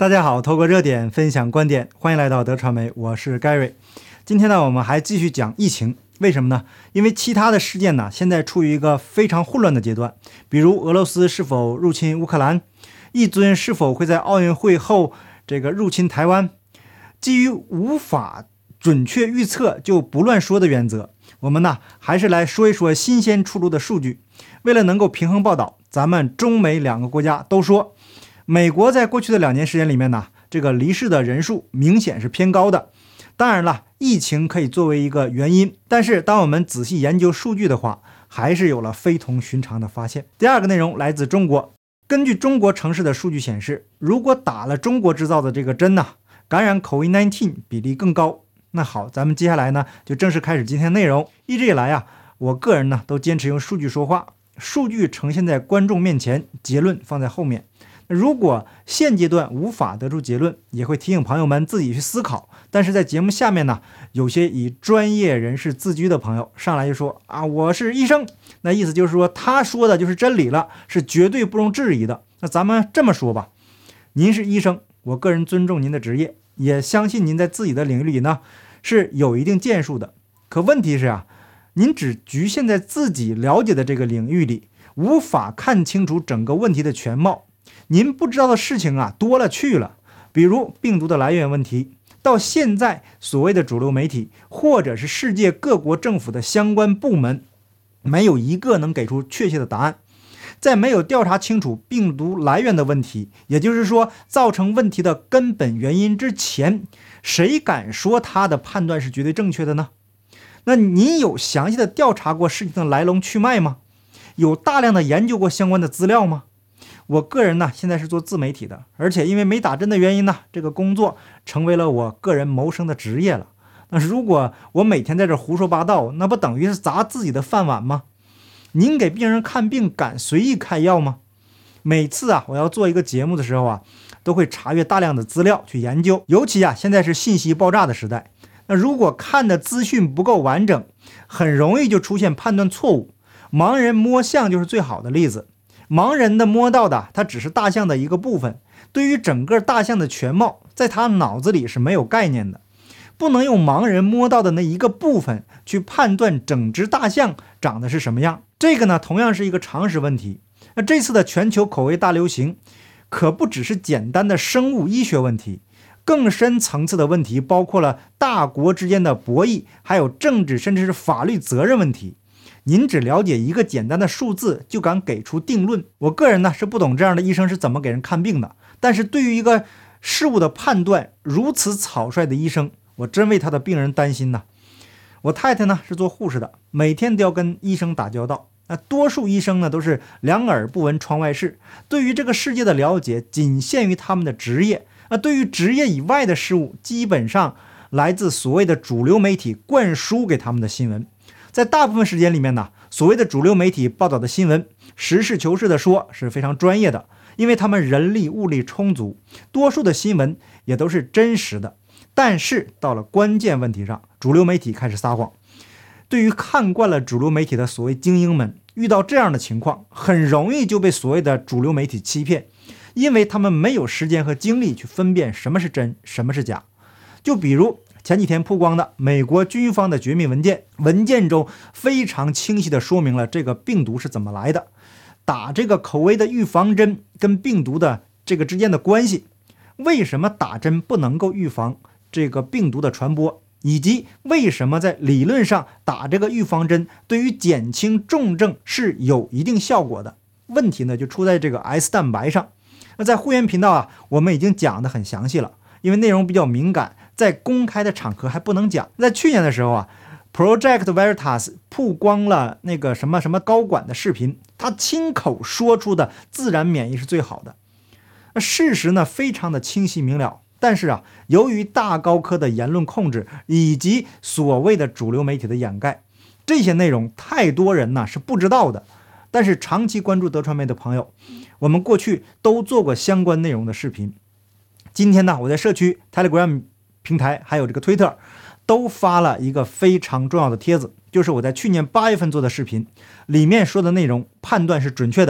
大家好，透过热点分享观点，欢迎来到德传媒，我是 Gary。今天呢，我们还继续讲疫情，为什么呢？因为其他的事件呢，现在处于一个非常混乱的阶段，比如俄罗斯是否入侵乌克兰，一尊是否会在奥运会后入侵台湾。基于无法准确预测就不乱说的原则，我们呢还是来说一说新鲜出炉的数据。为了能够平衡报道，咱们中美两个国家都说，美国在过去的2年时间里面呢，离世的人数明显是偏高的。当然了，疫情可以作为一个原因，但是当我们仔细研究数据的话，还是有了非同寻常的发现。第二个内容来自中国，根据中国城市的数据显示，如果打了中国制造的这个针呢，感染 COVID-19 比例更高。那好，咱们接下来呢就正式开始今天的内容。一直以来啊，我个人呢都坚持用数据说话，数据呈现在观众面前，结论放在后面。如果现阶段无法得出结论，也会提醒朋友们自己去思考。但是在节目下面呢，有些以专业人士自居的朋友上来就说啊，我是医生，那意思就是说他说的就是真理了，是绝对不容置疑的。那咱们这么说吧，您是医生，我个人尊重您的职业，也相信您在自己的领域里呢是有一定建树的。可问题是啊，您只局限在自己了解的这个领域里，无法看清楚整个问题的全貌。您不知道的事情啊多了去了，比如病毒的来源问题，到现在所谓的主流媒体或者是世界各国政府的相关部门，没有一个能给出确切的答案。在没有调查清楚病毒来源的问题，也就是说造成问题的根本原因之前，谁敢说他的判断是绝对正确的呢？那您有详细的调查过事情的来龙去脉吗？有大量的研究过相关的资料吗？我个人呢，现在是做自媒体的，而且因为没打针的原因呢，这个工作成为了我个人谋生的职业了。那如果我每天在这胡说八道，那不等于是砸自己的饭碗吗？您给病人看病敢随意开药吗？每次啊，我要做一个节目的时候啊，都会查阅大量的资料去研究，尤其啊，现在是信息爆炸的时代。那如果看的资讯不够完整，很容易就出现判断错误。盲人摸象就是最好的例子。盲人的摸到的，它只是大象的一个部分，对于整个大象的全貌，在他脑子里是没有概念的，不能用盲人摸到的那一个部分去判断整只大象长得是什么样。这个呢，同样是一个常识问题。那这次的全球口味大流行，可不只是简单的生物医学问题，更深层次的问题包括了大国之间的博弈，还有政治甚至是法律责任问题。您只了解一个简单的数字就敢给出定论，我个人呢是不懂这样的医生是怎么给人看病的。但是对于一个事物的判断如此草率的医生，我真为他的病人担心呐。我太太呢是做护士的，每天都要跟医生打交道。那多数医生呢都是两耳不闻窗外事，对于这个世界的了解仅限于他们的职业。对于职业以外的事物，基本上来自所谓的主流媒体灌输给他们的新闻。在大部分时间里面呢，所谓的主流媒体报道的新闻，实事求是的说是非常专业的，因为他们人力物力充足，多数的新闻也都是真实的。但是到了关键问题上，主流媒体开始撒谎。对于看惯了主流媒体的所谓精英们，遇到这样的情况，很容易就被所谓的主流媒体欺骗，因为他们没有时间和精力去分辨什么是真，什么是假。就比如前几天曝光的美国军方的绝密文件，文件中非常清晰地说明了这个病毒是怎么来的，打这个口味的预防针跟病毒的这个之间的关系，为什么打针不能够预防这个病毒的传播，以及为什么在理论上打这个预防针对于减轻重症是有一定效果的。问题呢就出在这个 S 蛋白上。那在会员频道啊，我们已经讲得很详细了，因为内容比较敏感，在公开的场合还不能讲。在去年的时候啊， Project Veritas 曝光了那个什么高管的视频，他亲口说出的自然免疫是最好的。事实呢非常的清晰明了，但是啊，由于大高科的言论控制以及所谓的主流媒体的掩盖，这些内容太多人呢是不知道的。但是长期关注德传媒的朋友，我们过去都做过相关内容的视频。今天呢，我在社区 Telegram 平台还有这个 Twitter 都发了一个非常重要的帖子，就是我在去年8月份做的视频，里面说的内容判断是准确的，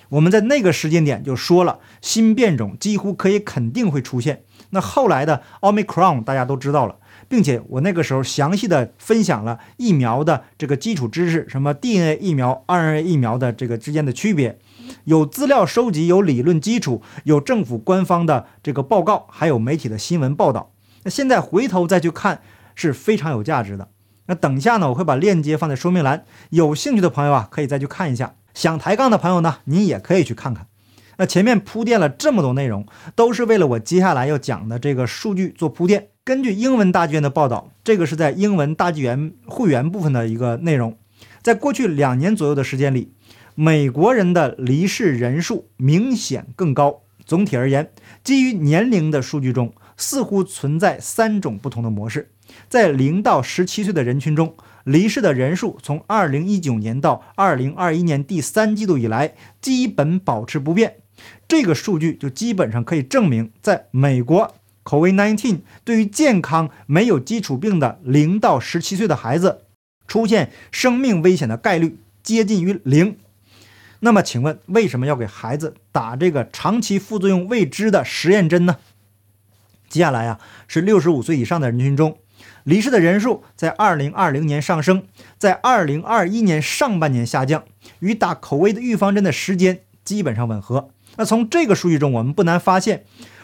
我们在那个时间点就说了，新变种几乎可以肯定会出现。那后来的 Omicron 大家都知道了，并且我那个时候详细的分享了疫苗的这个基础知识，什么 DNA 疫苗、RNA 疫苗的这个之间的区别，有资料收集，有理论基础，有政府官方的这个报告，还有媒体的新闻报道。那现在回头再去看是非常有价值的。那等一下呢，我会把链接放在说明栏，有兴趣的朋友啊可以再去看一下，想抬杠的朋友呢，你也可以去看看。那前面铺垫了这么多内容，都是为了我接下来要讲的这个数据做铺垫。根据英文大纪元的报道，这个是在英文大纪元会员部分的一个内容，在过去2年左右的时间里，美国人的离世人数明显更高。总体而言，基于年龄的数据中，似乎存在3种不同的模式。在0到17岁的人群中，离世的人数从2019年到2021年第3季度以来基本保持不变。这个数据就基本上可以证明，在美国 COVID-19 对于健康没有基础病的0到17岁的孩子出现生命危险的概率接近于0。那么请问，为什么要给孩子打这个长期副作用未知的实验针呢？接下来啊，是65岁以上的人群中，离世的人数在2020年上升，在2021年上半年下降，与打口味的预防针的时间基本上吻合。那从这个数据中，我们不难发现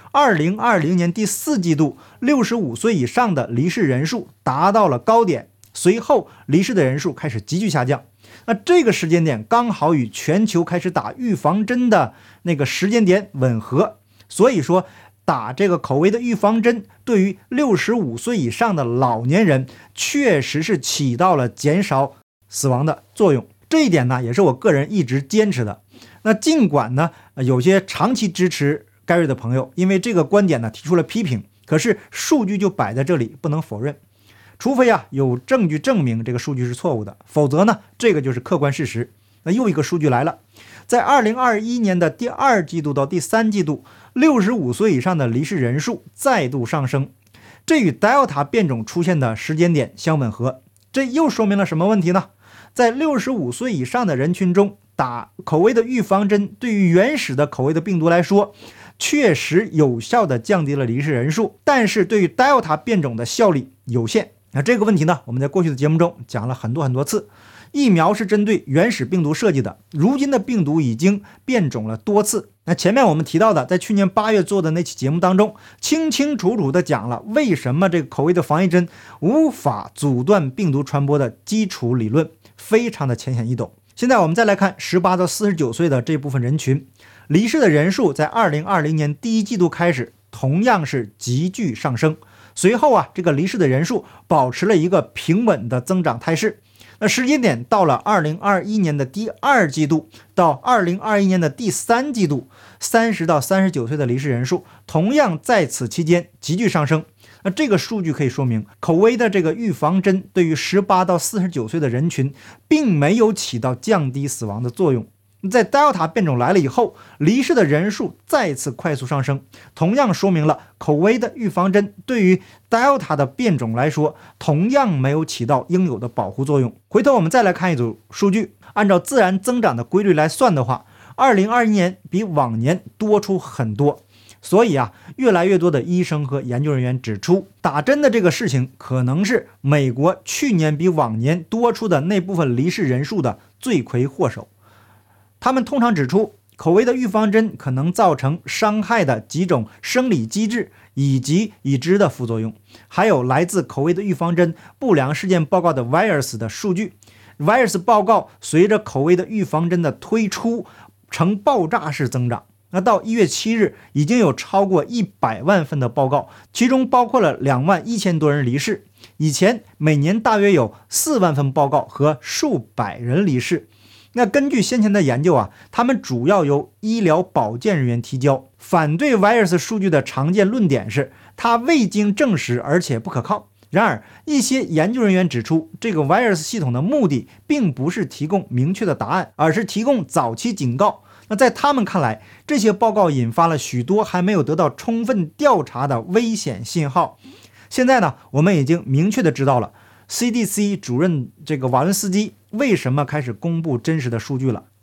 ，2020年第4季度65岁以上的离世人数达到了高点，随后离世的人数开始急剧下降。那这个时间点刚好与全球开始打预防针的那个时间点吻合，所以说打这个口味的预防针对于65岁以上的老年人确实是起到了减少死亡的作用。这一点呢，也是我个人一直坚持的。那尽管呢，有些长期支持盖瑞的朋友因为这个观点呢提出了批评，可是数据就摆在这里，不能否认。除非有证据证明这个数据是错误的，否则呢，这个就是客观事实。那又一个数据来了，在2021年的第2季度到第3季度，65岁以上的离世人数再度上升，这与 Delta 变种出现的时间点相吻合。这又说明了什么问题呢？在65岁以上的人群中，打口味的预防针对于原始的口味的病毒来说，确实有效地降低了离世人数，但是对于 Delta 变种的效力有限。那这个问题呢，我们在过去的节目中讲了很多次。疫苗是针对原始病毒设计的，如今的病毒已经变种了多次。那前面我们提到的，在去年8月做的那期节目当中，清清楚楚地讲了为什么这个口味的防疫针无法阻断病毒传播的基础理论，非常的浅显易懂。现在我们再来看18到49岁的这部分人群，离世的人数在2020年第1季度开始同样是急剧上升，随后这个离世的人数保持了一个平稳的增长态势。那时间点到了2021年的第2季度到2021年的第3季度，30到39岁的离世人数同样在此期间急剧上升。那这个数据可以说明，口味的这个预防针对于18到49岁的人群并没有起到降低死亡的作用。在 Delta 变种来了以后，离世的人数再次快速上升，同样说明了口味的预防针对于 Delta 的变种来说，同样没有起到应有的保护作用。回头我们再来看一组数据，按照自然增长的规律来算的话，2021年比往年多出很多。所以越来越多的医生和研究人员指出，打针的这个事情可能是美国去年比往年多出的那部分离世人数的罪魁祸首。他们通常指出，口味的预防针可能造成伤害的几种生理机制以及已知的副作用，还有来自口味的预防针不良事件报告的 virus 的数据。virus 报告随着口味的预防针的推出呈爆炸式增长。那到1月7日，已经有超过100万份的报告，其中包括了21000多人离世。以前每年大约有4万份报告和数百人离世。那根据先前的研究他们主要由医疗保健人员提交。反对 virus 数据的常见论点是，它未经证实而且不可靠。然而，一些研究人员指出，这个 virus 系统的目的并不是提供明确的答案，而是提供早期警告。那在他们看来，这些报告引发了许多还没有得到充分调查的危险信号。现在呢，我们已经明确的知道了 CDC 主任这个瓦伦斯基为什么开始公布真实的数据了。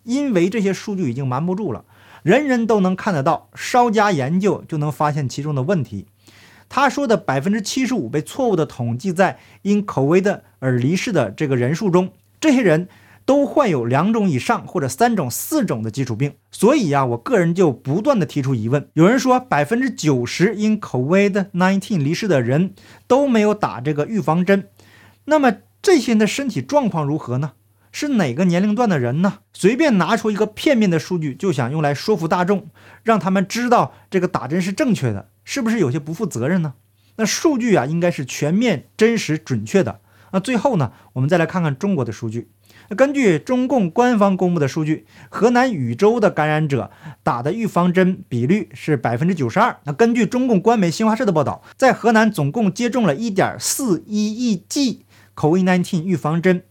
因为这些数据已经瞒不住了，人人都能看得到，稍加研究就能发现其中的问题。他说的75%被错误的统计在因口味的而离世的这个人数中，这些人都患有2种以上或者3种、4种的基础病。所以我个人就不断的提出疑问。有人说90%因 COVID-19 离世的人都没有打这个预防针，那么这些人的身体状况如何呢？是哪个年龄段的人呢？随便拿出一个片面的数据就想用来说服大众，让他们知道这个打针是正确的，是不是有些不负责任呢？那数据应该是全面、真实、准确的。那最后呢，我们再来看看中国的数据。根据中共官方公布的数据，河南禹州的感染者打的预防针比率是92%。那根据中共官媒新华社的报道，在河南总共接种了1.41亿剂 COVID-19 预防针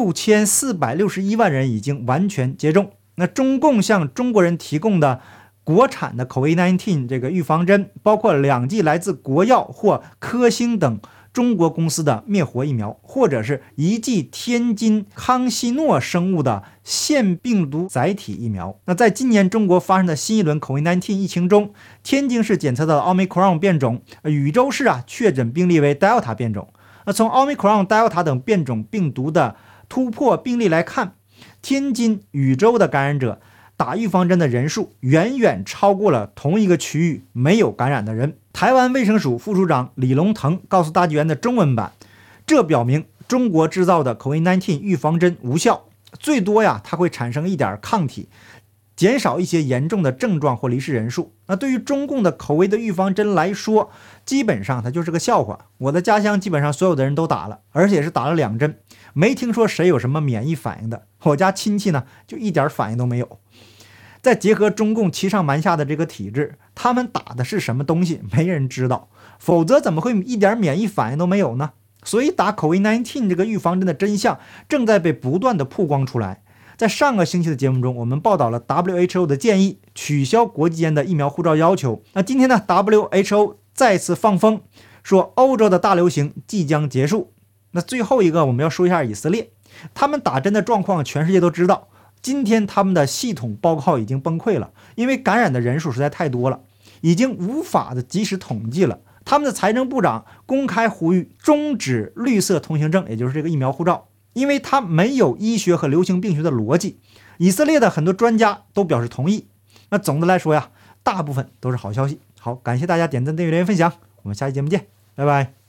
，6461万人已经完全接种。那中共向中国人提供的国产的 COVID-19 这个预防针，包括2剂来自国药或科兴等中国公司的灭活疫苗，或者是1剂天津康希诺生物的腺病毒载体疫苗。那在今年中国发生的新一轮 COVID-19 疫情中，天津市检测到的 Omicron 变种，禹州市确诊病例为 Delta 变种。从 Omicron、Delta 等变种病毒的突破病例来看，天津、禹州的感染者打预防针的人数远远超过了同一个区域没有感染的人。台湾卫生署副署长李龙腾告诉大纪元的中文版，这表明中国制造的 COVID-19 预防针无效，最多它会产生一点抗体，减少一些严重的症状或离世人数。那对于中共的口味的预防针来说，基本上它就是个笑话。我的家乡基本上所有的人都打了，而且是打了2针，没听说谁有什么免疫反应的。我家亲戚呢，就一点反应都没有。再结合中共欺上瞒下的这个体制，他们打的是什么东西，没人知道，否则怎么会一点免疫反应都没有呢？所以打 COVID-19 这个预防针的真相正在被不断的曝光出来。在上个星期的节目中，我们报道了 WHO 的建议，取消国际间的疫苗护照要求。那今天呢 WHO 再次放风，说欧洲的大流行即将结束。那最后一个我们要说一下以色列，他们打针的状况全世界都知道。今天他们的系统报告已经崩溃了，因为感染的人数实在太多了，已经无法的及时统计了。他们的财政部长公开呼吁终止绿色通行证，也就是这个疫苗护照，因为它没有医学和流行病学的逻辑。以色列的很多专家都表示同意。那总的来说大部分都是好消息。好，感谢大家点赞、订阅、留言、分享，我们下期节目见，拜拜。